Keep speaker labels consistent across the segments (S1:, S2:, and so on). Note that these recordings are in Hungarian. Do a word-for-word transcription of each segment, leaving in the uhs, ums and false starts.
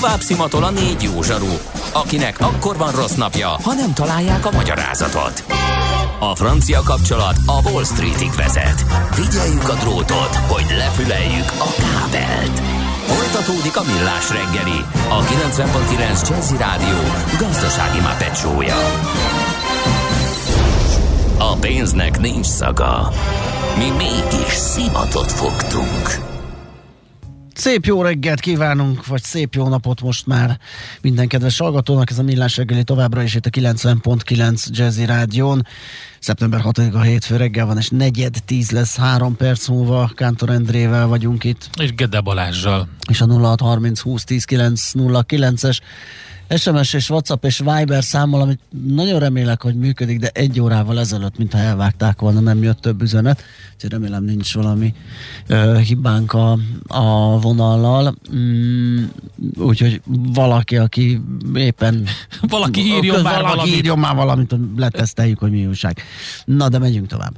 S1: tovább szimatol a négy jó zsaru, akinek akkor van rossz napja, ha nem találják a magyarázatot. A francia kapcsolat a Wall Streetig vezet. Figyeljük a drótot, hogy lefüleljük a kábelt. Folytatódik a Millás reggeli, a kilencven pont kilenc Jazzy Rádió gazdasági mápecsója. A pénznek nincs szaga. Mi mégis szimatot fogtunk.
S2: Szép jó reggelt kívánunk, vagy szép jó napot most már minden kedves hallgatónak. Ez a Millás reggeli továbbra is itt a kilencven pont kilenc Jazzy Rádión. szeptember hatodika hétfő reggel van, és negyed tíz lesz, három perc múlva. Kántor Endrével vagyunk itt.
S3: És Gede Balázssal.
S2: És a nulla hat harminc húsz tíz kilenc nulla kilences es em es és WhatsApp és Viber számmal, amit nagyon remélek, hogy működik, de egy órával ezelőtt, mintha elvágták volna, nem jött több üzenet, úgyhogy remélem nincs valami uh, hibánk a, a vonallal. Mm, úgyhogy valaki, aki éppen
S3: valaki írjon már
S2: valaki
S3: valamit.
S2: írjon már valamit, hogy leteszteljük, hogy mi újság. Na, de megyünk tovább.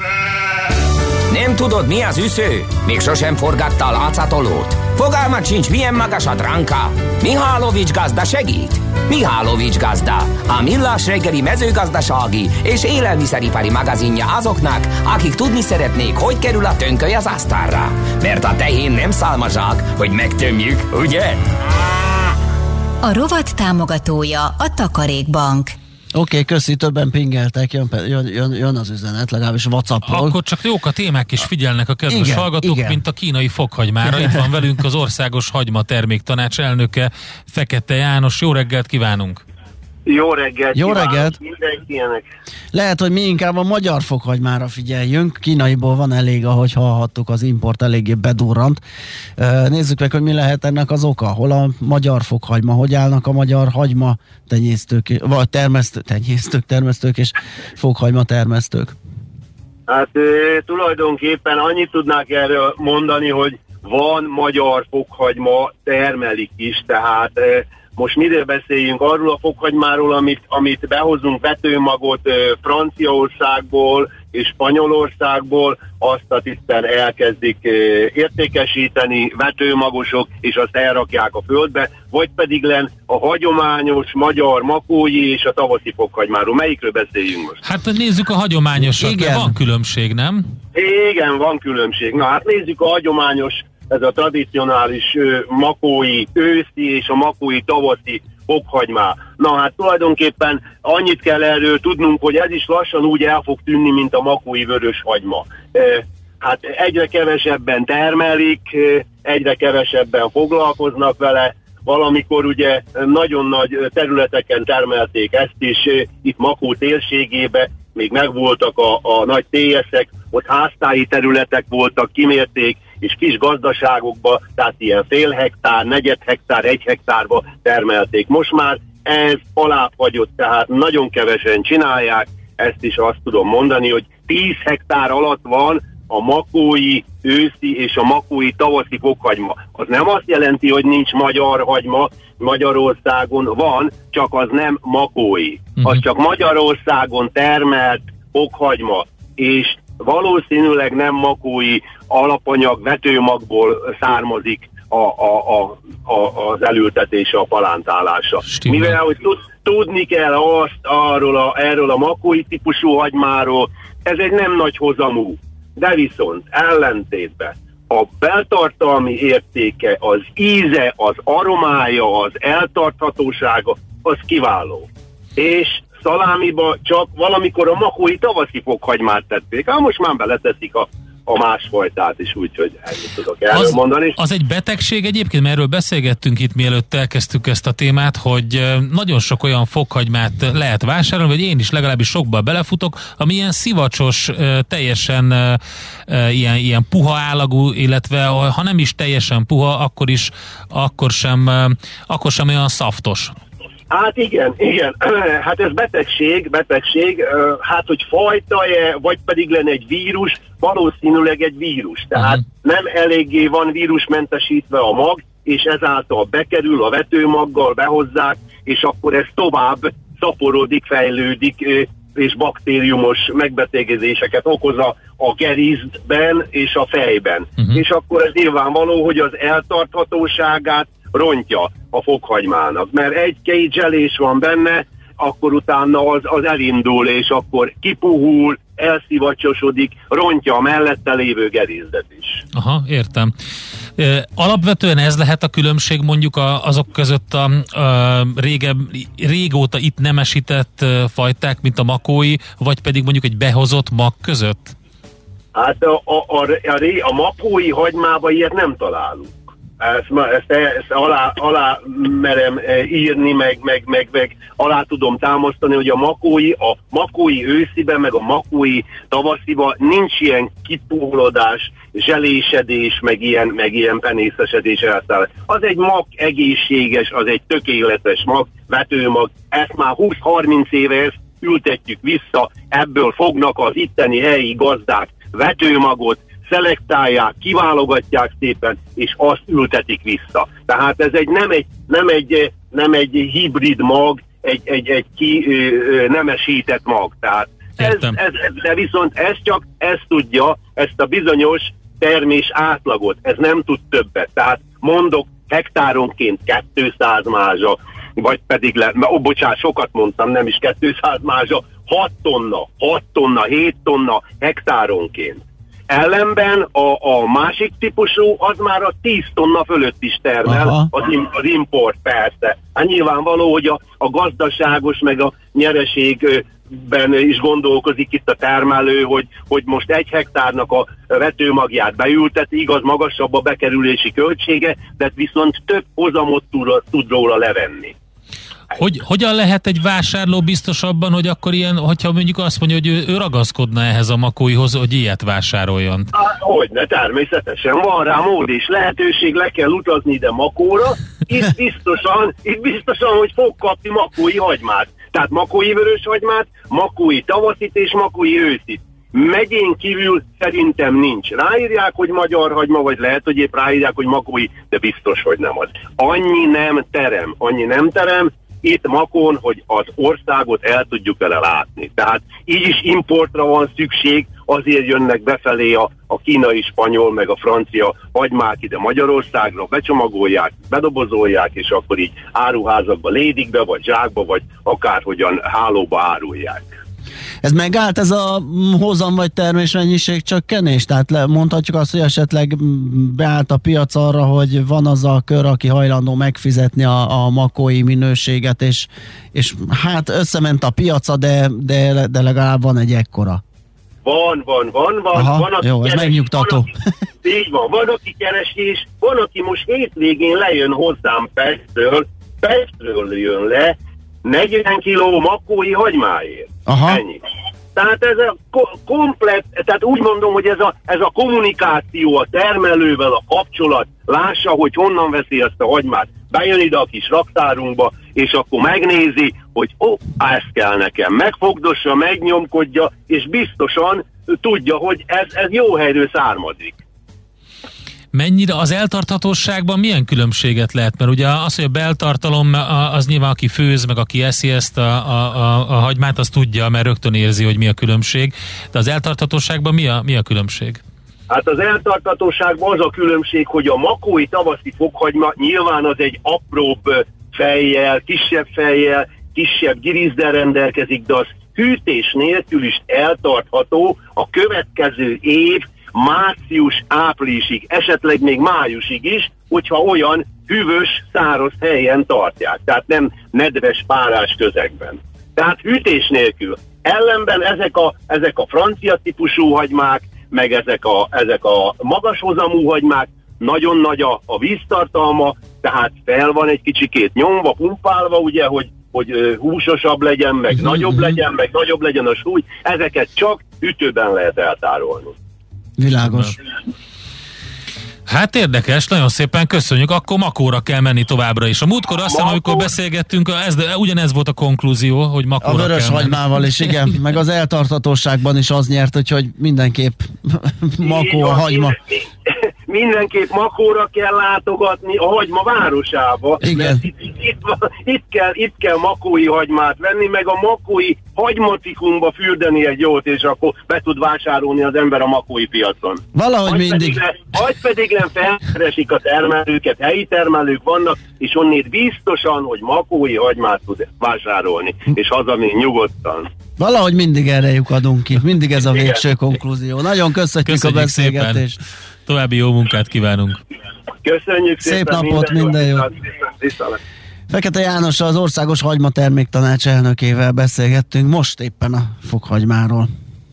S1: Nem tudod, mi az üsző? Még sosem forgatta a látszatolót? Fogalmat sincs, milyen magas a dránka? Mihálovics gazda segít? Mihálovics gazda, a Millás reggeli mezőgazdasági és élelmiszeripari magazinja azoknak, akik tudni szeretnék, hogy kerül a tönköly az asztalra. Mert a tehén nem szálmazsák, hogy megtömjük, ugye?
S4: A rovat támogatója a Takarékbank.
S2: Oké, okay, köszi, többen pingeltek, jön, jön, jön, jön az üzenet, legalábbis WhatsAppról.
S3: Akkor csak jók a témák is figyelnek a kedves
S2: igen,
S3: hallgatók,
S2: igen.
S3: mint a kínai fokhagymára. Itt van velünk az Országos Hagyma Terméktanács elnöke, Fekete János. Jó reggelt kívánunk!
S5: Jó reggelt!
S2: Jó reggelt!
S5: Mindenkinek!
S2: Lehet, hogy mi inkább a magyar fokhagymára figyeljünk. Kínaiból van elég, ahogy hallhattuk, az import eléggé bedurrant. Nézzük meg, hogy mi lehet ennek az oka. Hol a magyar fokhagyma, hogy állnak a magyar hagyma tenyésztők, vagy termesztő, tenyésztők, termesztők és fokhagyma termesztők?
S5: Hát e, tulajdonképpen annyit tudnák erről mondani, hogy van magyar fokhagyma, termelik is, tehát e, most miről beszéljünk? Arról a fokhagymáról, amit, amit behozunk vetőmagot e, Franciaországból és Spanyolországból, azt a tisztán elkezdik e, értékesíteni vetőmagosok, és azt elrakják a földbe, vagy pedig len a hagyományos magyar makói és a tavaszi fokhagymáról. Melyikről beszéljünk most?
S3: Hát nézzük a hagyományosat, de van különbség, nem?
S5: Igen, van különbség. Na hát nézzük a hagyományos, ez a tradicionális ö, makói őszi és a makói tavaszi fokhagymá. Na hát tulajdonképpen annyit kell erről tudnunk, hogy ez is lassan úgy el fog tűnni, mint a makói vörös hagyma. E, hát egyre kevesebben termelik, egyre kevesebben foglalkoznak vele. Valamikor ugye nagyon nagy területeken termelték ezt is, itt Makó térségébe, még megvoltak a, a nagy té eszek, ott háztáji területek voltak, kimérték, és kis gazdaságokba, tehát ilyen fél hektár, negyed hektár, egy hektárba termelték. Most már ez alábbhagyott, tehát nagyon kevesen csinálják, ezt is azt tudom mondani, hogy tíz hektár alatt van a makói őszi és a makói tavaszi fokhagyma. Az nem azt jelenti, hogy nincs magyar hagyma, Magyarországon van, csak az nem makói. Az csak Magyarországon termelt fokhagyma, és valószínűleg nem makói alapanyag, vetőmagból származik a, a, a, a, az elültetése, a palántálása. Stimmel. Mivel hogy tud, tudni kell azt arról a, erről a makói típusú hagymáról, ez egy nem nagy hozamú, de viszont ellentétben a beltartalmi értéke, az íze, az aromája, az eltarthatósága, az kiváló. És szalámiba csak valamikor a makói tavaszi fokhagymát tették. Hát most már beleteszik a, a másfajtát is, úgyhogy ennyit tudok erről
S3: az,
S5: mondani.
S3: Az egy betegség egyébként, mert erről beszélgettünk itt, mielőtt elkezdtük ezt a témát, hogy nagyon sok olyan fokhagymát lehet vásárolni, vagy én is legalábbis sokba belefutok, ami ilyen szivacsos, teljesen ilyen, ilyen puha állagú, illetve ha nem is teljesen puha, akkor is akkor sem, akkor sem olyan szaftos.
S5: Hát igen, igen. Hát ez betegség, betegség. Hát, hogy fajta-e, vagy pedig lenne egy vírus, valószínűleg egy vírus. Tehát uh-huh. nem eléggé van vírusmentesítve a mag, és ezáltal bekerül a vetőmaggal, behozzák, és akkor ez tovább szaporodik, fejlődik, és baktériumos megbetegedéseket okoz a, a gerizdben és a fejben. Uh-huh. És akkor ez nyilvánvaló, hogy az eltarthatóságát rontja a fokhagymának, mert egy-két zselés van benne, akkor utána az, az elindul, és akkor kipuhul, elszivacsosodik, rontja a mellette lévő gerészdet is.
S3: Aha, értem. Alapvetően ez lehet a különbség mondjuk a, azok között a, a régebb, régóta itt nemesített fajták, mint a makói, vagy pedig mondjuk egy behozott mag között?
S5: Hát a, a, a, a, a makói hagymában ilyet nem találunk. Ezt, ezt, ezt alá, alá merem írni, meg, meg, meg, meg alá tudom támasztani, hogy a makói, a makói ősziben, meg a makói tavasziban nincs ilyen kipuholódás, zselésedés, meg ilyen, meg ilyen penészesedés elszállás. Az egy mag egészséges, az egy tökéletes mag, vetőmag, ezt már húsz-harminc éve ezt ültetjük vissza, ebből fognak az itteni helyi gazdák vetőmagot, szelektálják, kiválogatják szépen, és azt ültetik vissza. Tehát ez egy nem egy, nem egy, nem egy hibrid mag, egy, egy, egy ki ö, nemesített mag. Tehát ez, ez, de viszont ez csak, ez tudja, ezt a bizonyos termés átlagot, ez nem tud többet. Tehát mondok hektáronként kétszáz mázsa, vagy pedig le, ó, bocsánat, sokat mondtam, nem is kétszáz mázsa, hat tonna, hat tonna, hét tonna hektáronként. Ellenben a, a másik típusú, az már a tíz tonna fölött is termel, az, az import persze. Hát nyilvánvaló, hogy a, a gazdaságos meg a nyereségben is gondolkozik itt a termelő, hogy, hogy most egy hektárnak a vetőmagját beülteti, igaz, magasabb a bekerülési költsége, de viszont több hozamot tud, tud róla levenni.
S3: Hogy, hogyan lehet egy vásárló biztos abban, hogy akkor ilyen, hogyha mondjuk azt mondja, hogy ő, ő ragaszkodna ehhez a makóihoz, hogy ilyet vásároljon?
S5: Há, hogyne, természetesen van rá mód és lehetőség, le kell utazni ide Makóra, itt biztosan, itt biztosan, hogy fog kapni makói hagymát. Tehát makói vöröshagymát, makói tavaszit és makói őszit. Megyén kívül szerintem nincs. Ráírják, hogy magyar hagyma, vagy lehet, hogy épp ráírják, hogy makói, de biztos, hogy nem az. Annyi nem terem, annyi nem terem, itt Makón, hogy az országot el tudjuk vele látni. Tehát így is importra van szükség, azért jönnek befelé a, a kínai, spanyol, meg a francia hagymák ide Magyarországra, becsomagolják, bedobozolják, és akkor így áruházakba lédik be, vagy zsákba, vagy akárhogyan hálóba árulják.
S2: Ez megállt ez a hozam vagy termésmennyiség csökkenés? Tehát mondhatjuk azt, hogy esetleg beállt a piac arra, hogy van az a kör, aki hajlandó megfizetni a, a makói minőséget, és, és hát összement a piaca, de, de, de legalább van egy ekkora.
S5: Van, van, van, van.
S2: Aha,
S5: van, aki
S2: jó, ez
S5: keres,
S2: megnyugtató.
S5: Van, aki, így van, van, aki keresi, és van, aki most hétvégén lejön hozzám Pestről, Pestről jön le, negyven kiló makói hagymáért.
S2: Aha.
S5: Ennyi. Tehát ez a ko- komplet, tehát úgy mondom, hogy ez a, ez a kommunikáció a termelővel, a kapcsolat, lássa, hogy honnan veszi ezt a hagymát, bejön ide a kis raktárunkba, és akkor megnézi, hogy ó, ezt kell nekem, megfogdossa, megnyomkodja, és biztosan tudja, hogy ez, ez jó helyről származik.
S3: Mennyire az eltarthatóságban milyen különbséget lehet? Mert ugye az, hogy a beltartalom, az nyilván aki főz, meg aki eszi ezt a, a, a, a hagymát, az tudja, mert rögtön érzi, hogy mi a különbség. De az eltarthatóságban mi a, mi a különbség?
S5: Hát az eltarthatóságban az a különbség, hogy a makói tavaszi fokhagyma nyilván az egy apróbb fejjel, kisebb fejjel, kisebb girizzel rendelkezik, de az hűtés nélkül is eltartható a következő év március-áprilisig, esetleg még májusig is, hogyha olyan hűvös, száraz helyen tartják. Tehát nem nedves, párás közegben. Tehát hűtés nélkül. Ellenben ezek a, ezek a francia típusú hagymák, meg ezek a, ezek a magas hozamú hagymák, nagyon nagy a, a víztartalma, tehát fel van egy kicsikét nyomva, pumpálva, ugye, hogy, hogy uh, húsosabb legyen, meg mm-hmm. nagyobb legyen, meg nagyobb legyen a súly. Ezeket csak ütőben lehet eltárolni.
S2: Világos.
S3: Hát érdekes, nagyon szépen köszönjük. Akkor Makóra kell menni továbbra is. A múltkor azt hiszem, amikor beszélgettünk, ez, de ugyanez volt a konklúzió, hogy Makóra kell menni.
S2: A vörös hagymával is, igen. Meg az eltarthatóságban is az nyert, hogy mindenképp Makó a hagyma.
S5: Minden, mindenképp Makóra kell látogatni, a hagyma városába.
S2: Igen.
S5: Itt, itt, itt, itt, kell, itt kell makói hagymát venni, meg a makói hagymatikumba fürdeni egy jót, és akkor be tud vásárolni az ember a makói piacon.
S2: Valahogy
S5: Vagy
S2: mindig.
S5: Pedig nem, vagy pedig nem felkeresik a termelőket, helyi termelők vannak, és onnét biztosan, hogy makói hagymát tud vásárolni, és hazamenni nyugodtan.
S2: Valahogy mindig erre lyukadunk ki. Mindig ez a végső konklúzió. Nagyon köszönjük,
S3: Köszönjük
S2: a beszélgetést.
S3: szépen. További jó munkát kívánunk.
S5: Köszönjük
S2: Szép
S5: szépen.
S2: napot, minden jó.
S5: Viszont.
S2: Fekete János, az Országos Hagymatermék Tanács elnökével beszélgettünk most éppen a fokhagymáról.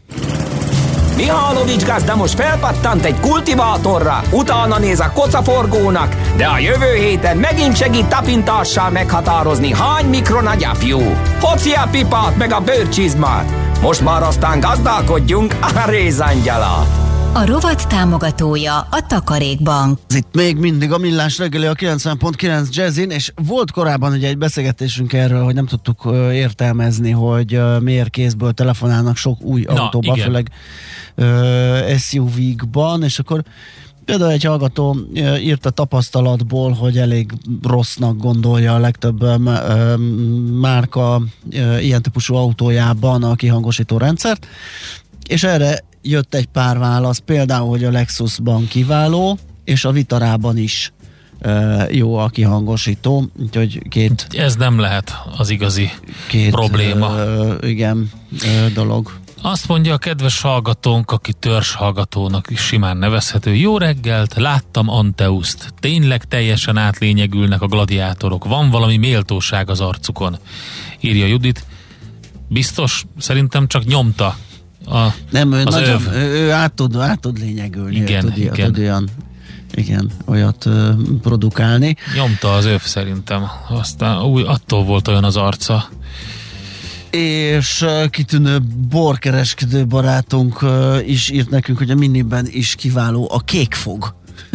S1: Mihálovics gazda most felpattant egy kultivátorra, utána néz a kocaforgónak, de a jövő héten megint segít tapintással meghatározni, hány mikron a gyapjú. Hoci a pipát meg a bőrcsizmát. Most már aztán gazdálkodjunk a rézangyala.
S4: A rovat támogatója a Takarékbank.
S2: Ez itt még mindig a Millás reggeli a kilencven pont kilenc Jazzin, és volt korábban ugye egy beszélgetésünk erről, hogy nem tudtuk uh, értelmezni, hogy uh, miért kézből telefonálnak sok új
S3: Na,
S2: autóba,
S3: igen.
S2: főleg uh, es u vé-kban, és akkor például egy hallgató uh, írta tapasztalatból, hogy elég rossznak gondolja a legtöbb uh, márka uh, ilyen típusú autójában a kihangosító rendszert, és erre jött egy pár válasz, például, hogy a Lexusban kiváló, és a Vitarában is e, jó a kihangosító, úgyhogy két,
S3: Ez nem lehet az igazi
S2: két
S3: probléma.
S2: E, igen, e, dolog.
S3: Azt mondja a kedves hallgatónk, aki törzs hallgatónak is simán nevezhető. Jó reggelt, láttam Anteuszt. Tényleg teljesen átlényegülnek a gladiátorok. Van valami méltóság az arcukon. Írja Judit. Biztos, szerintem csak nyomta a,
S2: Nem, ő,
S3: az
S2: nagyon,
S3: öv.
S2: ő, ő át, tud, át tud lényegülni,
S3: Igen,
S2: tud,
S3: igen.
S2: tud olyan, igen, olyat uh, produkálni.
S3: Nyomta az öv szerintem. Aztán új, attól volt olyan az arca.
S2: És uh, kitűnő borkereskedő barátunk uh, is írt nekünk, hogy a Miniben is kiváló a kékfog.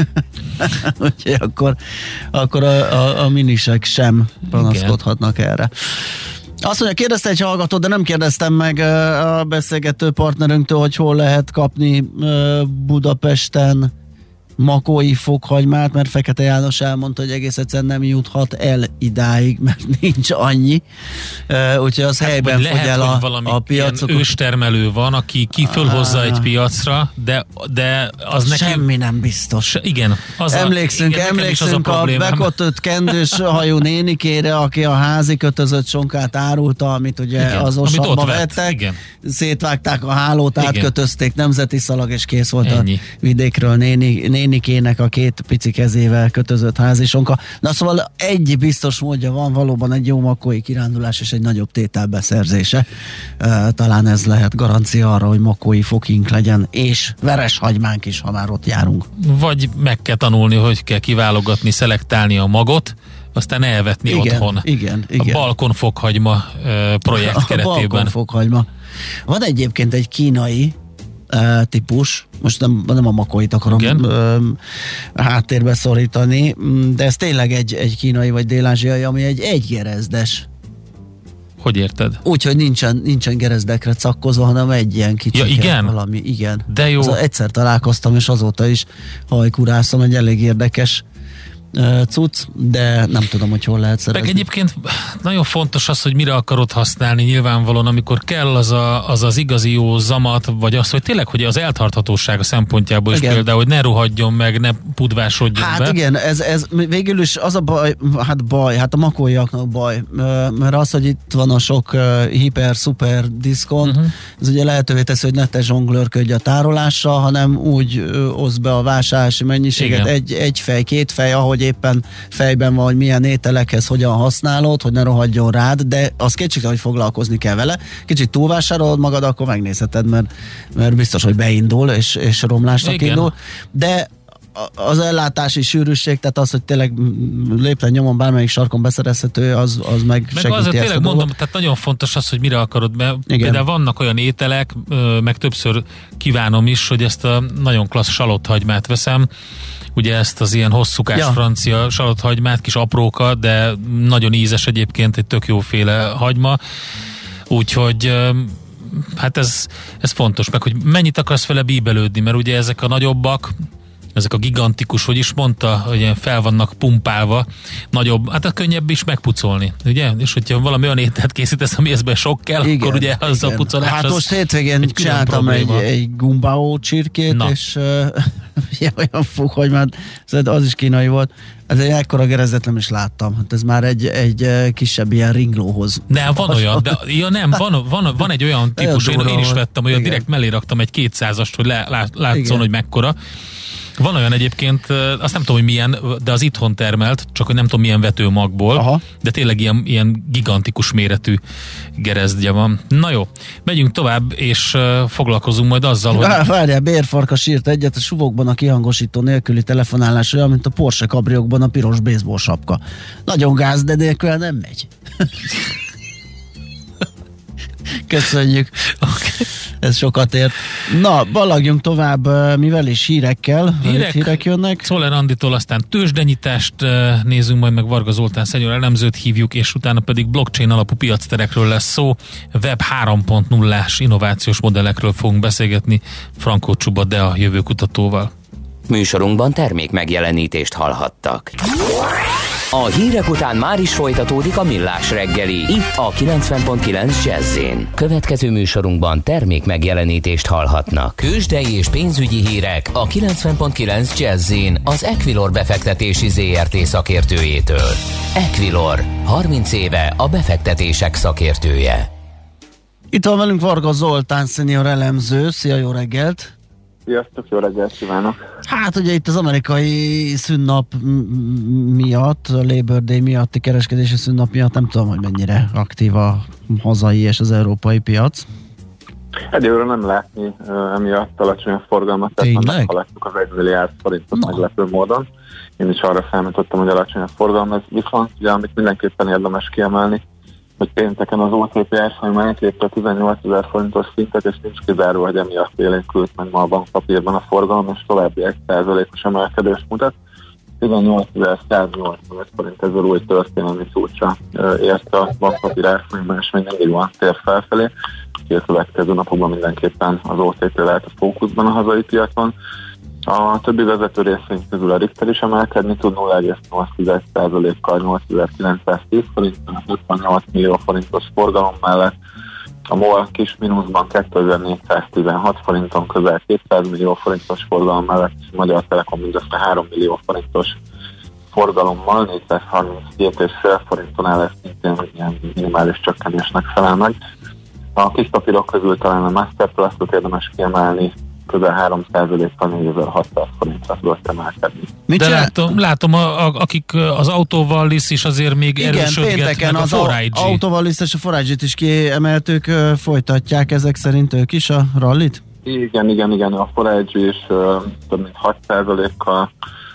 S2: Úgyhogy akkor, akkor a, a, a minisek sem panaszkodhatnak erre. Azt mondja, kérdezte egy hallgató, de nem kérdeztem meg uh, a beszélgető partnerünktől, hogy hol lehet kapni uh, Budapesten makói fokhagymát, mert Fekete János elmondta, hogy egész egyszerűen nem juthat el idáig, mert nincs annyi. Uh, úgyhogy az hát, helyben
S3: lehet,
S2: fogy el
S3: hogy
S2: a,
S3: valami
S2: a piacokon.
S3: őstermelő van, aki ki fölhozza
S2: Ah.
S3: egy piacra, de, de az neki...
S2: Semmi nem biztos.
S3: Se, igen. Az
S2: Emlékszünk,
S3: a, igen,
S2: emlékszünk
S3: az a,
S2: a, a bekötött kendős hajú nénikére, aki a házi kötözött sonkát árulta, amit ugye
S3: igen,
S2: az
S3: amit
S2: osabba
S3: ott vett,
S2: vettek,
S3: igen.
S2: szétvágták a hálót,
S3: Igen.
S2: átkötözték, nemzeti szalag, és kész volt
S3: Ennyi.
S2: a vidékről néni, nénikének a két pici kezével kötözött házi sonka. Na szóval egy biztos módja van, valóban egy jó makói kirándulás és egy nagyobb tétel beszerzése. Uh, talán ez lehet garancia arra, hogy makói fokink legyen, és veres hagymánk is, ha már ott járunk.
S3: Vagy meg kell tanulni, hogy kell kiválogatni, szelektálni a magot, aztán elvetni
S2: Igen,
S3: otthon.
S2: igen, igen.
S3: A balkonfokhagyma uh, projekt
S2: A
S3: keretében.
S2: balkonfokhagyma. Van egyébként egy kínai uh, típus, most nem, nem a makóit akarom uh, háttérbe szorítani, de ez tényleg egy, egy kínai vagy dél-ázsiai, ami egy egygerezdes.
S3: Hogy érted?
S2: Úgyhogy nincsen, nincsen gerezdekre cakkozva, hanem egy ilyen kicsi.
S3: Ja, igen?
S2: Valami, igen.
S3: De jó.
S2: Az egyszer találkoztam, és azóta is hajkurászom, egy elég érdekes uh, cucc, de nem tudom, hogy hol lehet szerezni.
S3: Meg egyébként nagyon fontos az, hogy mire akarod használni nyilvánvalóan, amikor kell az a, az, az igazi jó zamat, vagy az, hogy tényleg, hogy az eltarthatósága szempontjából is
S2: Igen.
S3: például, hogy ne rohadjon meg, ne pudvásodjon
S2: Hát
S3: be.
S2: igen, ez, ez végül is az a baj, hát baj, hát a makóiaknak baj, mert az, hogy itt van a sok uh, hiper-szuper diszkont,
S3: Uh-huh.
S2: ez ugye lehetővé teszi, hogy ne te zsonglőrködj a tárolással, hanem úgy uh, oszd be a vásárlási mennyiséget, egy, egy fej, két fej, ahogy éppen fejben van, hogy milyen ételekhez hogyan használod, hogy ne rohadjon rád, de az kétségtelen, hogy foglalkozni kell vele. Kicsit túlvásárolod magad, akkor megnézheted, mert, mert biztos, hogy beindul, és, és romlásnak
S3: Igen.
S2: indul. De az ellátási sűrűség, tehát az, hogy tényleg lépten nyomon bármelyik sarkon beszerezhető, az, az meg,
S3: Meg
S2: segíti
S3: azért
S2: ezt
S3: tényleg
S2: a
S3: mondom,
S2: dolgot.
S3: tehát nagyon fontos az, hogy mire akarod, mert
S2: Igen.
S3: például vannak olyan ételek, ö, meg többször kívánom is, hogy ezt a nagyon klassz salotthagymát veszem, ugye ezt az ilyen hosszúkás
S2: Ja.
S3: francia salotthagymát, kis apróka, de nagyon ízes egyébként, egy tök jóféle hagyma, úgyhogy ö, hát ez, ez fontos, meg hogy mennyit akarsz vele bíbelődni, mert ugye ezek a nagyobbak, ezek a gigantikus, hogy is mondta, hogy fel vannak pumpálva, nagyobb, hát a könnyebb is megpucolni, ugye? És hogyha valami olyan ételt készítesz, ami ezben sok kell, igen, akkor ugye az igen. a pucolás.
S2: Hát
S3: az
S2: most hétvégén csináltam egy, egy gumbao csirkét, na. és uh, olyan fokhagymát, az is kínai volt. Ez egy ekkora gerezet nem is láttam. Hát ez már egy, egy kisebb ilyen ringlóhoz.
S3: Nem, van olyan, de ja nem, van, van, van egy olyan típus, én, én is vettem, hogy direkt mellé raktam egy kétszázast, hogy le, lát, látszon, hogy mekkora. Van olyan egyébként, azt nem tudom, hogy milyen, de az itthon termelt, csak hogy nem tudom milyen vetőmagból, aha. de tényleg ilyen, ilyen gigantikus méretű gerezdje van. Na jó, megyünk tovább, és uh, foglalkozunk majd azzal, hogy...
S2: Vá, várjál, bérfarkas írt egyet, a suvokban a kihangosító nélküli telefonálás olyan, mint a Porsche kabriokban a piros baseball sapka. Nagyon gáz, de nélkül nem megy. Köszönjük. Okay. Ez sokat ért. Na, ballagjunk tovább, mivel is hírekkel. Hírek, hírek jönnek.
S3: Czoller Anditól aztán tőzsdenyitást nézzünk, majd meg Varga Zoltán senior elemzőt hívjuk, és utána pedig blockchain alapú piacterekről lesz szó. Web három pont nullás innovációs modellekről fogunk beszélgetni Frankó Csuba Dea jövőkutatóval.
S1: Műsorunkban termék megjelenítést hallhattak. A hírek után már is folytatódik a Millás reggeli, itt a kilencven pont kilenc Jazz-én. Következő műsorunkban termék megjelenítést hallhatnak. Tőzsdei és pénzügyi hírek a kilencven pont kilenc Jazz-én az Equilor befektetési zé er té szakértőjétől. Equilor, harminc éve a befektetések szakértője.
S2: Itt van velünk Varga Zoltán, senior elemző. Szia, jó reggelt!
S6: Sziasztok, jó reggelt kívánok!
S2: Hát ugye itt az amerikai szünnap miatt, a Labor Day miatti kereskedési szünnap miatt nem tudom, hogy mennyire aktív a hazai és az európai piac.
S6: Egyelőre nem látni emiatt alacsony a forgalmat, tehát már meghaladtuk az egy milliárd forintot no. meglepő módon. Én is arra számítottam, hogy alacsony a forgalom, ez viszont ugye, amit mindenképpen érdemes kiemelni, hogy pénteken az o té pé árfolyam elképte a tizennyolcezer forintos szintet, és nincs kizáró, hogy emiatt élénkült meg ma a bankpapírban a forgalom, és további egy százalékos emelkedést mutat. tizennyolcezer-száznyolcvanöt forint ezzel új történelmi csúcsra ért a bankpapír árfolyamban, és még mindig van tér felfelé. A következő napokban mindenképpen az o té pé lehet a fókuszban a hazai piacon. A többi vezető részvény közül a Richter is emelkedni tud nulla egész nyolc százalékkal nyolcezer-kilencszáztíz forinton, huszonnyolc millió forintos forgalom mellett. A MOL kis mínuszban kétezer-négyszáztizenhat forinton, közel kétszáz millió forintos forgalom mellett, és a Magyar Telekom mindössze három millió forintos forgalommal, négyszázharminckét egész öt forinton áll, ez szintén ilyen minimális csökkenésnek felel meg. A kis papírok közül talán a Masterplast-ot érdemes kiemelni, közel három százalékkal négyezer-hatszáz forintra tudott emelkedni.
S3: De látom, látom a, a, akik az Autovallis is azért még erősödgetnek, a four I G.
S2: Autovallis és a four I G-t is kiemeltük, folytatják ezek szerint ők is a rallit?
S6: Igen, igen, igen, a four I G is uh, több mint hat százalékkal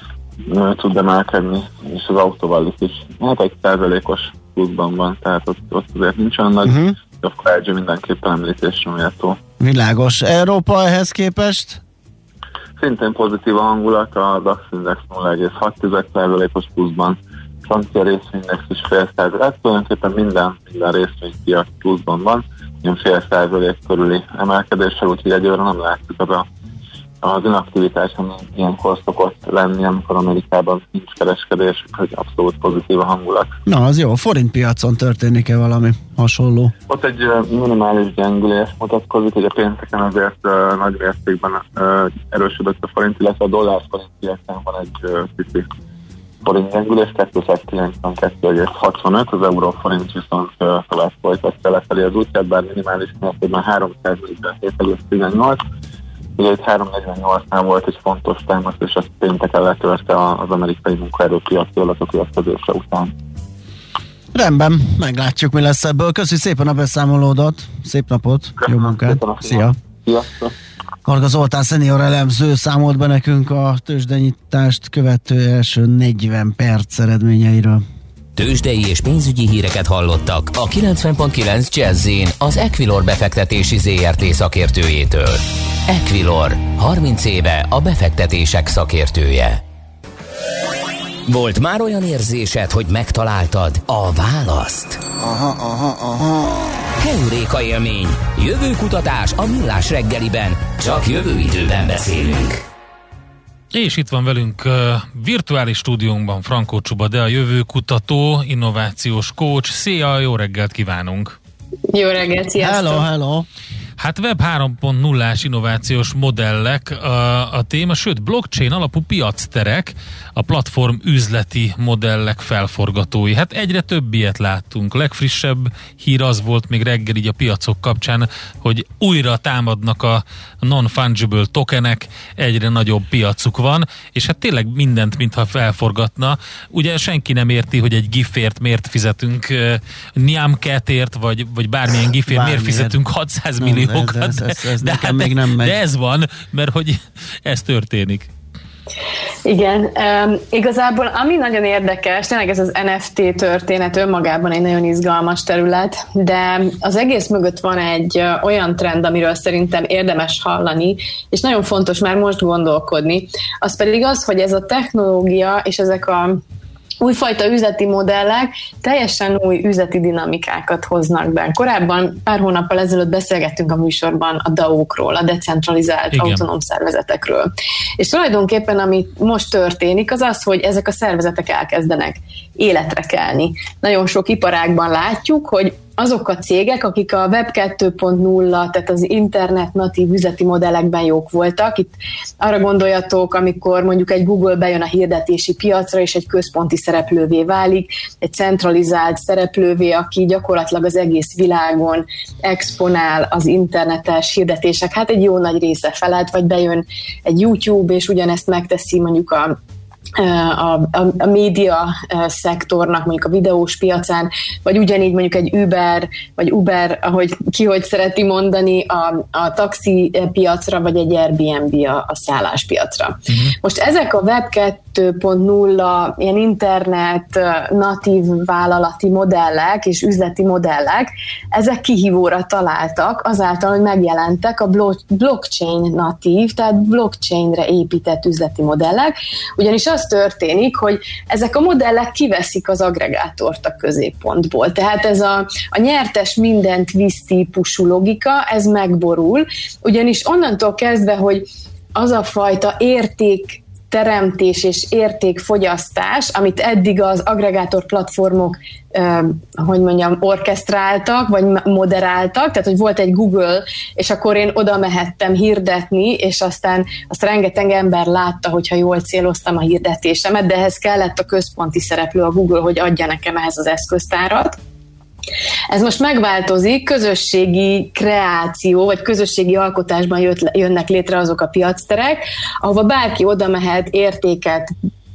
S6: uh, tud emelkedni, és az Autovallis is hát egy százalékos pluszban van, tehát ott, ott azért nincs olyan nagy, uh-huh. a four I G mindenképpen említésre méltó.
S2: Világos. Európa ehhez képest?
S6: Szintén pozitív a hangulat, a DAX index nulla egész hat százalékos pluszban, francia részvényindex is fél százalék, tulajdonképpen minden, minden részvénypiac pluszban van, ilyen fél százalék körüli emelkedéssel, úgyhogy egyőre nem látjuk az a az inaktivitás, ami ilyenkor szokott lenni, amikor Amerikában nincs kereskedés, hogy abszolút pozitív a hangulat.
S2: Na, az jó. Forint piacon történik-e valami hasonló?
S6: Ott egy uh, minimális gyengülés mutatkozik, hogy a pénteken azért uh, nagy mértékben uh, erősödött a forint, illetve a dollár forint piacán van egy uh, pici forint gyengülés, kétszázkilencvenkettő egész hatvanöt, az euró forint viszont uh, tovább folytatja lefelé az útját, bár minimális mértékben háromszáznegyvenhét egész tizennyolc. Ugye itt háromszáznegyvennyolcnál volt egy fontos támasz, és azt pénteken letörte az amerikai munkaerőpiaci adatok érkezése után.
S2: Rendben, meglátjuk, mi lesz ebből. Köszönjük szépen a beszámolódat, szép napot,
S6: köszönöm,
S2: jó munkát, szia!
S6: Sziasztok!
S2: Varga Zoltán senior elemző számolt be nekünk a tőzsdenyitást követő első negyven perc eredményeiről.
S1: Tőzsdei és pénzügyi híreket hallottak a kilencven pont kilenc Jazz-én az Equilor befektetési zé er té szakértőjétől. Equilor, harminc éve a befektetések szakértője. Volt már olyan érzésed, hogy megtaláltad a választ?
S2: Aha, aha, aha.
S1: Heuréka élmény, jövőkutatás a Millás reggeliben, csak jövő időben beszélünk.
S3: És itt van velünk uh, virtuális stúdiónkban Frankó Csuba, de a jövőkutató, innovációs coach. Szia, jó reggelt kívánunk!
S7: Jó reggelt, sziasztok!
S2: Hello, hello!
S3: Hát web három pont nullás innovációs modellek a, a téma, sőt blockchain alapú piacterek, a platform üzleti modellek felforgatói. Hát egyre több ilyet láttunk. Legfrissebb hír az volt még reggel így a piacok kapcsán, hogy újra támadnak a non-fungible tokenek, egyre nagyobb piacuk van, és hát tényleg mindent, mintha felforgatna. Ugye senki nem érti, hogy egy gifért miért fizetünk uh, Nyamcatért, vagy, vagy bármilyen gifért miért fizetünk hatszáz milliókat.
S2: Ez, ez, ez, ez
S3: de,
S2: nekem
S3: de,
S2: még nem megy.
S3: De ez van, mert hogy ez történik.
S7: Igen, um, igazából ami nagyon érdekes, tényleg ez az en ef té történet önmagában egy nagyon izgalmas terület, de az egész mögött van egy uh, olyan trend, amiről szerintem érdemes hallani, és nagyon fontos már most gondolkodni, az pedig az, hogy ez a technológia és ezek a újfajta üzleti modellek teljesen új üzleti dinamikákat hoznak be. Korábban pár hónappal ezelőtt beszélgettünk a műsorban a dé á ó-król, a decentralizált Igen. autonóm szervezetekről. És tulajdonképpen ami most történik, az az, hogy ezek a szervezetek elkezdenek életre kelni. Nagyon sok iparágban látjuk, hogy azok a cégek, akik a web kettő pont nulla, tehát az internet natív üzleti modellekben jók voltak. Itt arra gondoljatok, amikor mondjuk egy Google bejön a hirdetési piacra, és egy központi szereplővé válik, egy centralizált szereplővé, aki gyakorlatilag az egész világon exponál az internetes hirdetések, hát egy jó nagy része felett, vagy bejön egy YouTube, és ugyanezt megteszi mondjuk a A, a, a média szektornak, mondjuk a videós piacán, vagy ugyanígy mondjuk egy Uber, vagy Uber, ahogy ki hogy szereti mondani, a, a taxi piacra, vagy egy Airbnb a, a szálláspiacra. Uh-huh. Most ezek a web kettő pont nulla ilyen internet natív vállalati modellek és üzleti modellek, ezek kihívóra találtak azáltal, hogy megjelentek a blockchain natív, tehát blockchainre épített üzleti modellek, ugyanis az történik, hogy ezek a modellek kiveszik az agregátort a középpontból. Tehát ez a, a nyertes mindent visz típusú logika, ez megborul, ugyanis onnantól kezdve, hogy az a fajta érték teremtés és értékfogyasztás, amit eddig az agregátor platformok eh, hogy mondjam, orkesztráltak, vagy moderáltak, tehát hogy volt egy Google, és akkor én oda mehettem hirdetni, és aztán azt rengeteg ember látta, hogyha jól céloztam a hirdetésemet, de ehhez kellett a központi szereplő, a Google, hogy adja nekem ehhez az eszköztárat. Ez most megváltozik, közösségi kreáció, vagy közösségi alkotásban jött, jönnek létre azok a piacterek, ahova bárki oda mehet értéket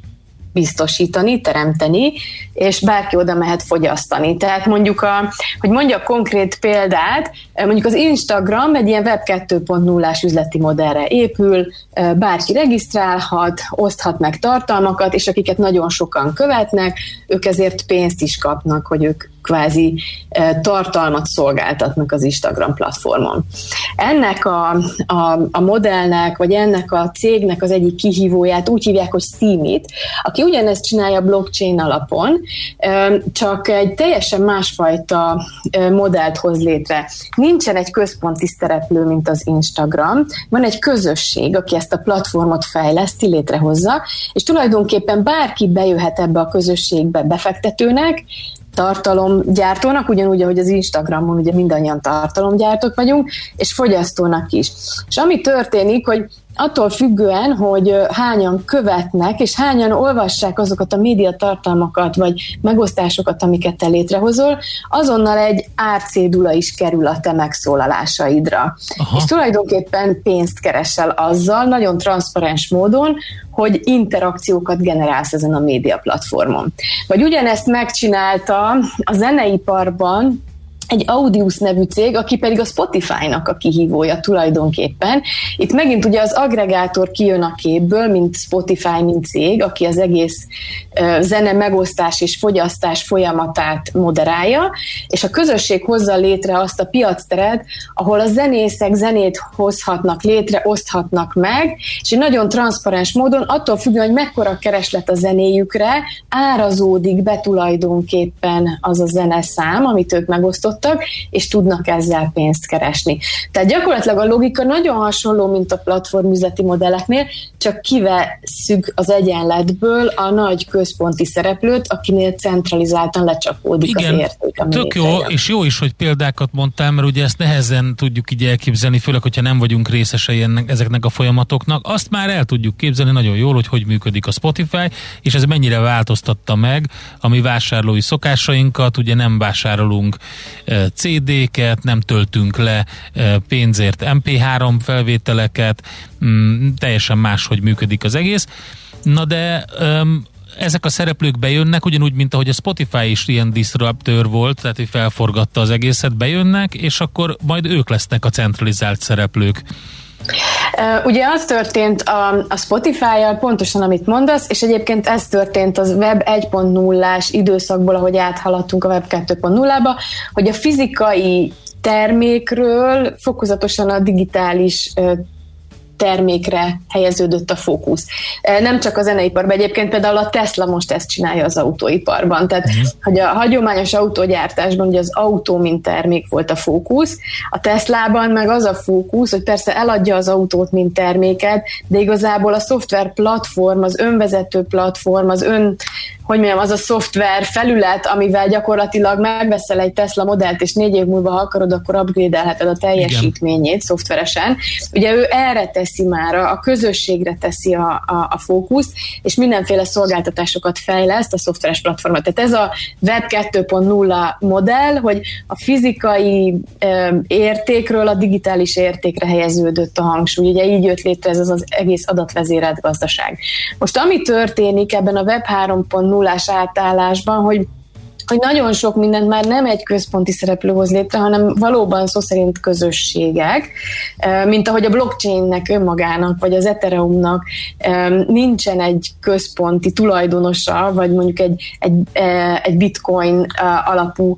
S7: biztosítani, teremteni, és bárki oda mehet fogyasztani. Tehát mondjuk, a, hogy mondjak konkrét példát, mondjuk az Instagram egy ilyen web kettő pont nullás üzleti modellre épül, bárki regisztrálhat, oszthat meg tartalmakat, és akiket nagyon sokan követnek, ők ezért pénzt is kapnak, hogy ők kvázi tartalmat szolgáltatnak az Instagram platformon. Ennek a, a, a modellnek, vagy ennek a cégnek az egyik kihívóját úgy hívják, hogy Steemit, aki ugyanezt csinálja blockchain alapon, csak egy teljesen másfajta modellt hoz létre. Nincsen egy központi szereplő, mint az Instagram, van egy közösség, aki ezt a platformot fejleszti, létrehozza, és tulajdonképpen bárki bejöhet ebbe a közösségbe befektetőnek, tartalomgyártónak, ugyanúgy, ahogy az Instagramon ugye mindannyian tartalomgyártók vagyunk, és fogyasztónak is. És ami történik, hogy attól függően, hogy hányan követnek, és hányan olvassák azokat a médiatartalmakat, vagy megosztásokat, amiket te létrehozol, azonnal egy árcédula is kerül a te megszólalásaidra. Aha. És tulajdonképpen pénzt keresel azzal, nagyon transzparens módon, hogy interakciókat generálsz ezen a média platformon. Vagy ugyanezt megcsinálta a zeneiparban egy Audius nevű cég, aki pedig a Spotify-nak a kihívója tulajdonképpen. Itt megint ugye az agregátor kijön a képből, mint Spotify, mint cég, aki az egész uh, zene megosztás és fogyasztás folyamatát moderálja, és a közösség hozza létre azt a piacteret, ahol a zenészek zenét hozhatnak létre, oszthatnak meg, és egy nagyon transzparens módon, attól függően, hogy mekkora kereslet a zenéjükre, árazódik be tulajdonképpen az a zeneszám, amit ők megosztottak, és tudnak ezzel pénzt keresni. Tehát gyakorlatilag a logika nagyon hasonló, mint a platformüzleti modelleknél, csak kivesszük az egyenletből a nagy központi szereplőt, akinél centralizáltan lecsapódik
S3: igen,
S7: az érték.
S3: Tök jó, jön. És jó is, hogy példákat mondtál, mert ugye ezt nehezen tudjuk így elképzelni, főleg, hogyha nem vagyunk részesei ennek, ezeknek a folyamatoknak. Azt már el tudjuk képzelni nagyon jól, hogy hogy működik a Spotify, és ez mennyire változtatta meg a mi vásárlói szokásainkat. Ugye nem vásárolunk e, cé dé-ket, nem töltünk le e, pénzért em pé három felvételeket, mm, teljesen máshogy működik az egész. Na de um, ezek a szereplők bejönnek, ugyanúgy, mint ahogy a Spotify is ilyen disruptor volt, tehát hogy felforgatta az egészet, bejönnek, és akkor majd ők lesznek a centralizált szereplők.
S7: Uh, ugye az történt a, a Spotify-jal, pontosan amit mondasz, és egyébként ez történt az Web egy pont nullás időszakból, ahogy áthaladtunk a Web kettő pont nullába, hogy a fizikai termékről fokozatosan a digitális uh, termékre helyeződött a fókusz. Nem csak a zeneiparban, egyébként például a Tesla most ezt csinálja az autóiparban. Tehát, uh-huh. hogy a hagyományos autógyártásban ugye az autó mint termék volt a fókusz, a Teslában meg az a fókusz, hogy persze eladja az autót mint terméket, de igazából a szoftver platform, az önvezető platform, az ön, hogy mondjam, az a szoftver felület, amivel gyakorlatilag megveszel egy Tesla modellt, és négy év múlva, ha akarod, akkor upgrade-elheted a teljesítményét igen. szoftveresen. Ugye ő erre teszi már, a közösségre teszi a, a, a fókuszt, és mindenféle szolgáltatásokat fejleszt a szoftveres platformot. Tehát ez a Web kettő pont nulla modell, hogy a fizikai ö, értékről a digitális értékre helyeződött a hangsúly. Ugye így jött létre ez az, az egész adatvezérelt gazdaság. Most ami történik ebben a Web három pont nullás átállásban, hogy hogy nagyon sok mindent már nem egy központi szereplő hoz létre, hanem valóban szó szerint közösségek, mint ahogy a blockchainnek önmagának, vagy az Ethereumnak nincsen egy központi tulajdonosa, vagy mondjuk egy, egy, egy bitcoin alapú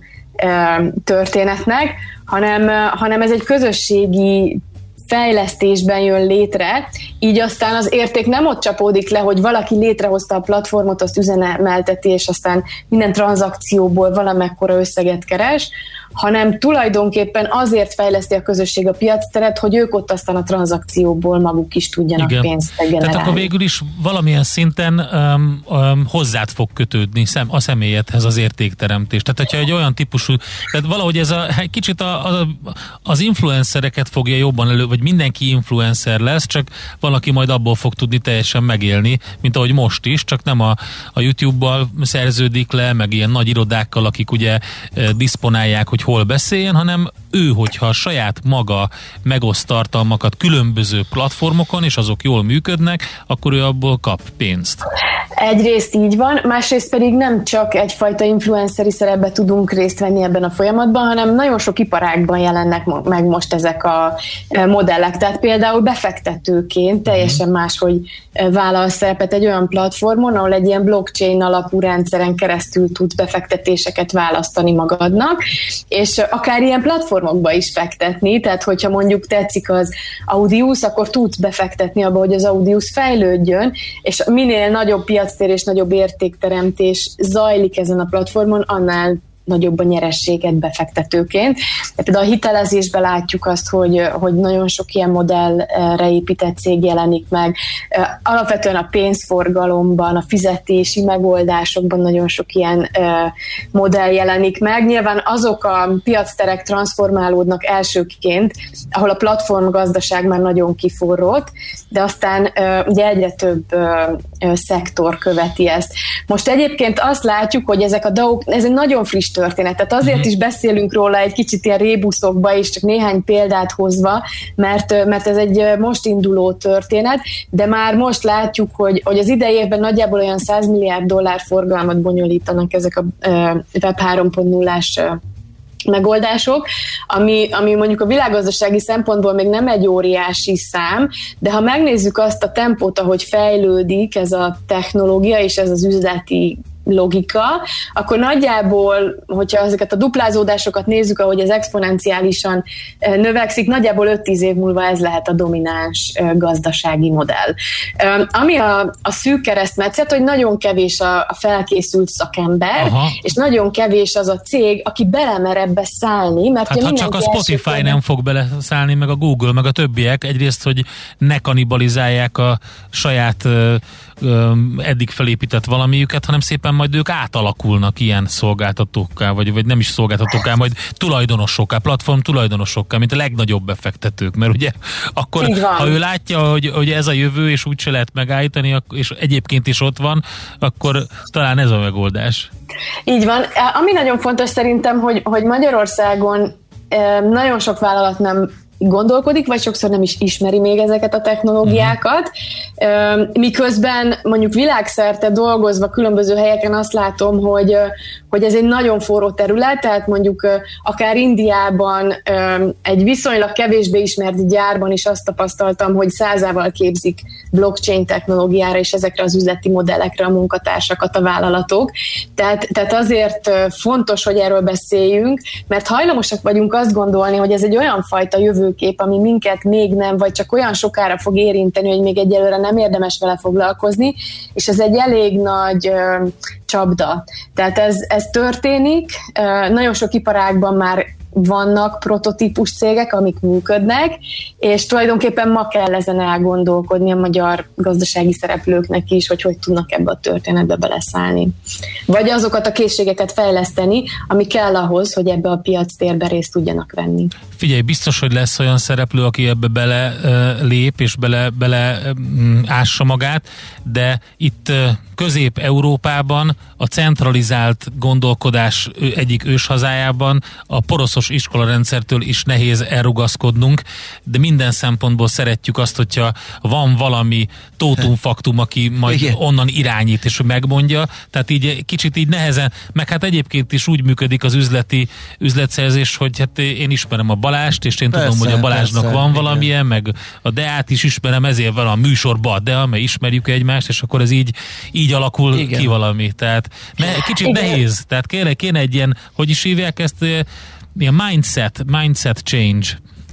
S7: történetnek, hanem, hanem ez egy közösségi fejlesztésben jön létre, így aztán az érték nem ott csapódik le, hogy valaki létrehozta a platformot, azt üzemelteti, és aztán minden tranzakcióból valamekkora összeget keres, hanem tulajdonképpen azért fejleszti a közösség a piacteret, hogy ők ott aztán a tranzakcióból maguk is tudjanak igen. pénzt generálni. Tehát akkor
S3: végül is valamilyen szinten um, um, hozzád fog kötődni szem, a személyedhez az értékteremtés. Tehát, hogyha egy olyan típusú, tehát valahogy ez a kicsit a, a, az influencereket fogja jobban elő, vagy mindenki influencer lesz, csak valaki majd abból fog tudni teljesen megélni, mint ahogy most is, csak nem a, a YouTube-bal szerződik le, meg ilyen nagy irodákkal, akik ugye eh, diszponálják, hogy hol beszéljen, hanem ő, hogyha saját maga megoszt tartalmakat különböző platformokon, és azok jól működnek, akkor ő abból kap pénzt.
S7: Egyrészt így van, másrészt pedig nem csak egyfajta influenceri szerepbe tudunk részt venni ebben a folyamatban, hanem nagyon sok iparágban jelennek meg most ezek a modellek. Tehát például befektetőként teljesen máshogy vállal szerepet egy olyan platformon, ahol egy ilyen blockchain alapú rendszeren keresztül tudsz befektetéseket választani magadnak, és akár ilyen platformokba is fektetni, tehát hogyha mondjuk tetszik az Audius, akkor tudsz befektetni abba, hogy az Audius fejlődjön, és minél nagyobb piactér és nagyobb értékteremtés zajlik ezen a platformon, annál nagyobb a nyerességet befektetőként. De például a hitelezésben látjuk azt, hogy, hogy nagyon sok ilyen modellre épített cég jelenik meg. Alapvetően a pénzforgalomban, a fizetési megoldásokban nagyon sok ilyen modell jelenik meg. Nyilván azok a piacterek transformálódnak elsőként, ahol a platformgazdaság már nagyon kiforrott, de aztán ugye egyre több szektor követi ezt. Most egyébként azt látjuk, hogy ezek a dé á ó-k, ez egy nagyon friss történet, tehát azért is beszélünk róla egy kicsit ilyen rébuszokba is, csak néhány példát hozva, mert, mert ez egy most induló történet, de már most látjuk, hogy, hogy az idei évben nagyjából olyan száz milliárd dollár forgalmat bonyolítanak ezek a Web három pont nullás megoldások, ami, ami mondjuk a világgazdasági szempontból még nem egy óriási szám, de ha megnézzük azt a tempót, ahogy fejlődik ez a technológia és ez az üzleti logika, akkor nagyjából, hogyha ezeket a duplázódásokat nézzük, ahogy ez exponenciálisan növekszik, nagyjából öt-tíz év múlva ez lehet a domináns gazdasági modell. Ami a, a szűk keresztmetszet, hogy nagyon kevés a, a felkészült szakember, Aha. és nagyon kevés az a cég, aki belemer ebbe szállni, mert
S3: hát ha csak a Spotify nem nem fog beleszállni, meg a Google, meg a többiek, egyrészt, hogy ne kanibalizálják a saját ö, ö, eddig felépített valamiüket, hanem szépen majd ők átalakulnak ilyen szolgáltatókká, vagy, vagy nem is szolgáltatókká, majd tulajdonosokká, platform tulajdonosokká, mint a legnagyobb befektetők, mert ugye akkor, ha ő látja, hogy, hogy ez a jövő, és úgyse lehet megállítani, és egyébként is ott van, akkor talán ez a megoldás.
S7: Így van. Ami nagyon fontos szerintem, hogy, hogy Magyarországon nagyon sok vállalat nem gondolkodik, vagy sokszor nem is ismeri még ezeket a technológiákat. Uh-huh. Miközben mondjuk világszerte dolgozva különböző helyeken azt látom, hogy, hogy ez egy nagyon forró terület, tehát mondjuk akár Indiában egy viszonylag kevésbé ismert gyárban is azt tapasztaltam, hogy százával képzik blockchain technológiára és ezekre az üzleti modellekre a munkatársakat a vállalatok. Tehát, tehát azért fontos, hogy erről beszéljünk, mert hajlamosak vagyunk azt gondolni, hogy ez egy olyan fajta jövőkép, ami minket még nem, vagy csak olyan sokára fog érinteni, hogy még egyelőre nem érdemes vele foglalkozni, és ez egy elég nagy ö, csapda. Tehát ez, ez történik, ö, nagyon sok iparágban már vannak prototípus cégek, amik működnek, és tulajdonképpen ma kell ezen elgondolkodni a magyar gazdasági szereplőknek is, hogy hogy tudnak ebbe a történetbe beleszállni. Vagy azokat a készségeket fejleszteni, ami kell ahhoz, hogy ebbe a piactérbe részt tudjanak venni.
S3: Figyelj, biztos, hogy lesz olyan szereplő, aki ebbe bele uh, lép, és bele, bele um, ássa magát, de itt uh, Közép-Európában a centralizált gondolkodás egyik őshazájában a poroszos iskolarendszertől is nehéz elrugaszkodnunk, de minden szempontból szeretjük azt, hogyha van valami tótumfaktum, aki majd Igen. onnan irányít és megmondja, tehát így kicsit így nehezen, meg hát egyébként is úgy működik az üzleti üzletszerzés, hogy hát én ismerem a Balást, és én persze, tudom, hogy a Balázsnak persze, van valamilyen, meg a Deát is ismerem, ezért van a műsorban a Dea, mert ismerjük egymást, és akkor ez így, így alakul Igen. ki valami. Tehát ne, kicsit Igen. nehéz. Tehát kéne, kéne egy ilyen, hogy is hívják ezt, ilyen mindset, mindset change.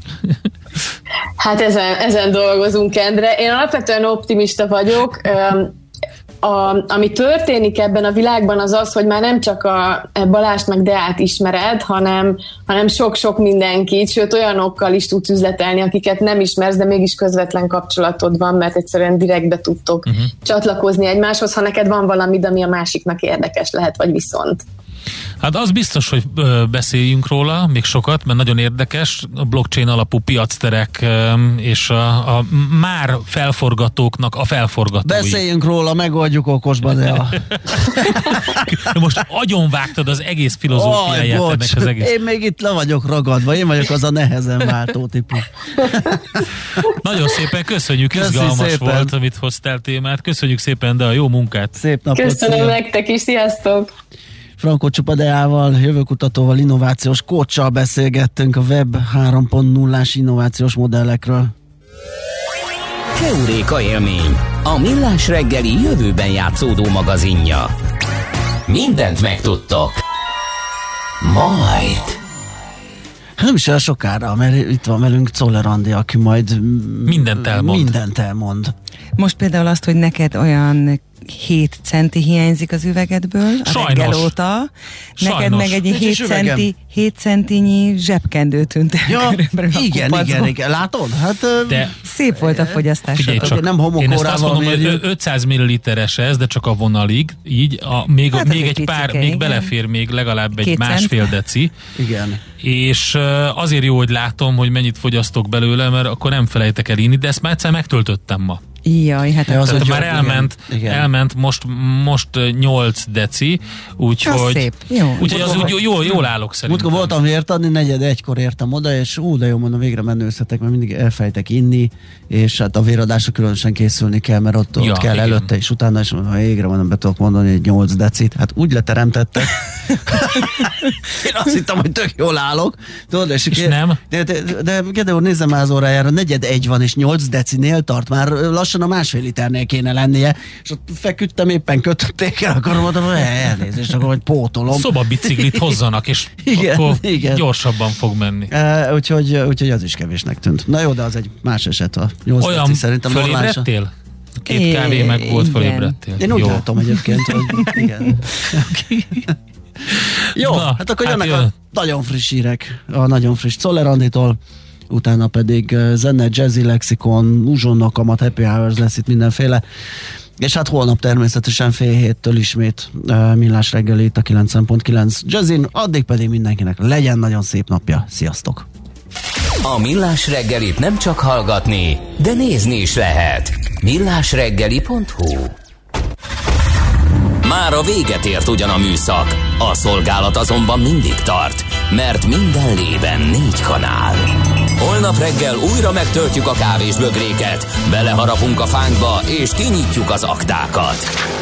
S7: Hát ezen, ezen dolgozunk, Endre. Én alapvetően optimista vagyok. A, ami történik ebben a világban az az, hogy már nem csak a Balást meg Deát ismered, hanem, hanem sok-sok mindenkit, sőt olyanokkal is tudsz üzletelni, akiket nem ismersz, de mégis közvetlen kapcsolatod van, mert egyszerűen direktbe tudtok uh-huh. csatlakozni egymáshoz, ha neked van valami, ami a másiknak érdekes lehet, vagy viszont.
S3: Hát az biztos, hogy beszéljünk róla még sokat, mert nagyon érdekes, a blockchain alapú piacterek és a, a már felforgatóknak a felforgatói.
S2: Beszéljünk róla, megoldjuk okosba, de a...
S3: Most agyonvágtad az egész filozófiáját oh, ennek az egész.
S2: Én még itt le vagyok ragadva, én vagyok az a nehezen váltó típus.
S3: Nagyon szépen köszönjük, Köszi izgalmas szépen. Volt, amit hoztál témát. Köszönjük szépen, de a jó munkát.
S2: Szép napot.
S7: Köszönöm nektek is, sziasztok!
S2: Franko Csupa Deával, jövőkutatóval, innovációs coachsal beszélgettünk a Web három pont nullás innovációs modellekről.
S1: Heuréka élmény, a millás reggeli jövőben játszódó magazinja. Mindent megtudtok. Majd.
S2: Nem is el sokára, mert itt van velünk Czoller Andi, aki majd
S3: mindent elmond.
S2: Mindent elmond.
S8: Most például azt, hogy neked olyan hét centi hiányzik az üvegedből a
S3: Sajnos.
S8: reggel óta. Neked
S3: Sajnos.
S8: meg egy hét, centi, hét centinyi zsebkendő tűnt el.
S2: Ja, igen, igen, igen. Látod? Hát,
S8: de szép volt a fogyasztásod.
S2: Nem
S3: én ezt azt mondom, hogy ötszáz milliliteres ez, de csak a vonalig, így a, még, hát még egy picike, pár, még igen. belefér még legalább egy Két másfél cent. deci.
S2: Igen.
S3: És azért jó, hogy látom, hogy mennyit fogyasztok belőle, mert akkor nem felejtek el inni, de ezt már egyszer megtöltöttem ma.
S8: Jaj, hát
S3: az az már elment, igen. elment most, most nyolc deci, úgyhogy
S8: szép. Jó.
S3: Úgyhogy az úgy jól, jól állok szerintem.
S2: Múltkor voltam vért adni, negyed egykor értem oda, és ú, de jó, mondom, végre menőzhetek, mert mindig elfejtek inni, és hát a véradásra különösen készülni kell, mert ott, ott ja, kell igen. előtte, és utána, és mondom, ha végre mondom, be tudok mondani egy nyolc decit, hát úgy leteremtettek. Én azt hittem, hogy tök jól állok. Tudod, és,
S3: és
S2: ké...
S3: nem?
S2: De, de, de Gede úr, nézzem már az órájára, negyed egy van, és nyolc decinél tart, már lassan lassan a másfél liternél kéne lennie, és ott feküdtem, éppen kötötték el, akkor mondtam, hogy elnézést, akkor hogy pótolom.
S3: Szobabiciklit hozzanak, és igen, akkor igen. gyorsabban fog menni.
S2: Uh, úgyhogy, úgyhogy az is kevésnek tűnt. Na jó, de az egy más eset a nyolc
S3: olyan
S2: percig szerintem.
S3: Olyan fölébredtél? Két kávé meg volt, fölébredtél.
S2: Én úgy jó. látom egyébként, hogy igen. Jó, Na, hát akkor hát jönnek jön. a nagyon friss hírek, a nagyon friss Czoller Anditól, utána pedig zene, jazzy, lexikon, uzsonnak, kamat, happy hours lesz itt mindenféle. És hát holnap természetesen fél héttől ismét uh, Millás reggeli itt a kilencven pont kilenc Jazzin, addig pedig mindenkinek legyen nagyon szép napja. Sziasztok!
S1: A Millás reggelit nem csak hallgatni, de nézni is lehet. millásreggeli pont hu. Már a véget ért ugyan a műszak, a szolgálat azonban mindig tart, mert minden lében négy kanál. Holnap reggel újra megtöltjük a kávésbögréket, beleharapunk a fánkba és kinyitjuk az aktákat.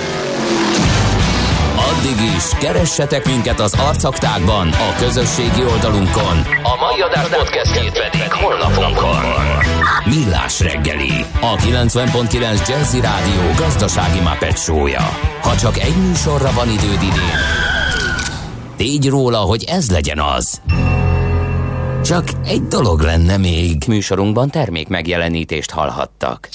S1: Addig is keressetek minket az arcaktákban, a közösségi oldalunkon. A mai adás podcastjét pedig honlapunkon. Millás reggeli, a kilencven pont kilenc Jazzy Rádió gazdasági Muppet show-ja. Ha csak egy műsorra van időd idén, tégy róla, hogy ez legyen az. Csak egy dolog lenne még. Műsorunkban termék megjelenítést hallhattak.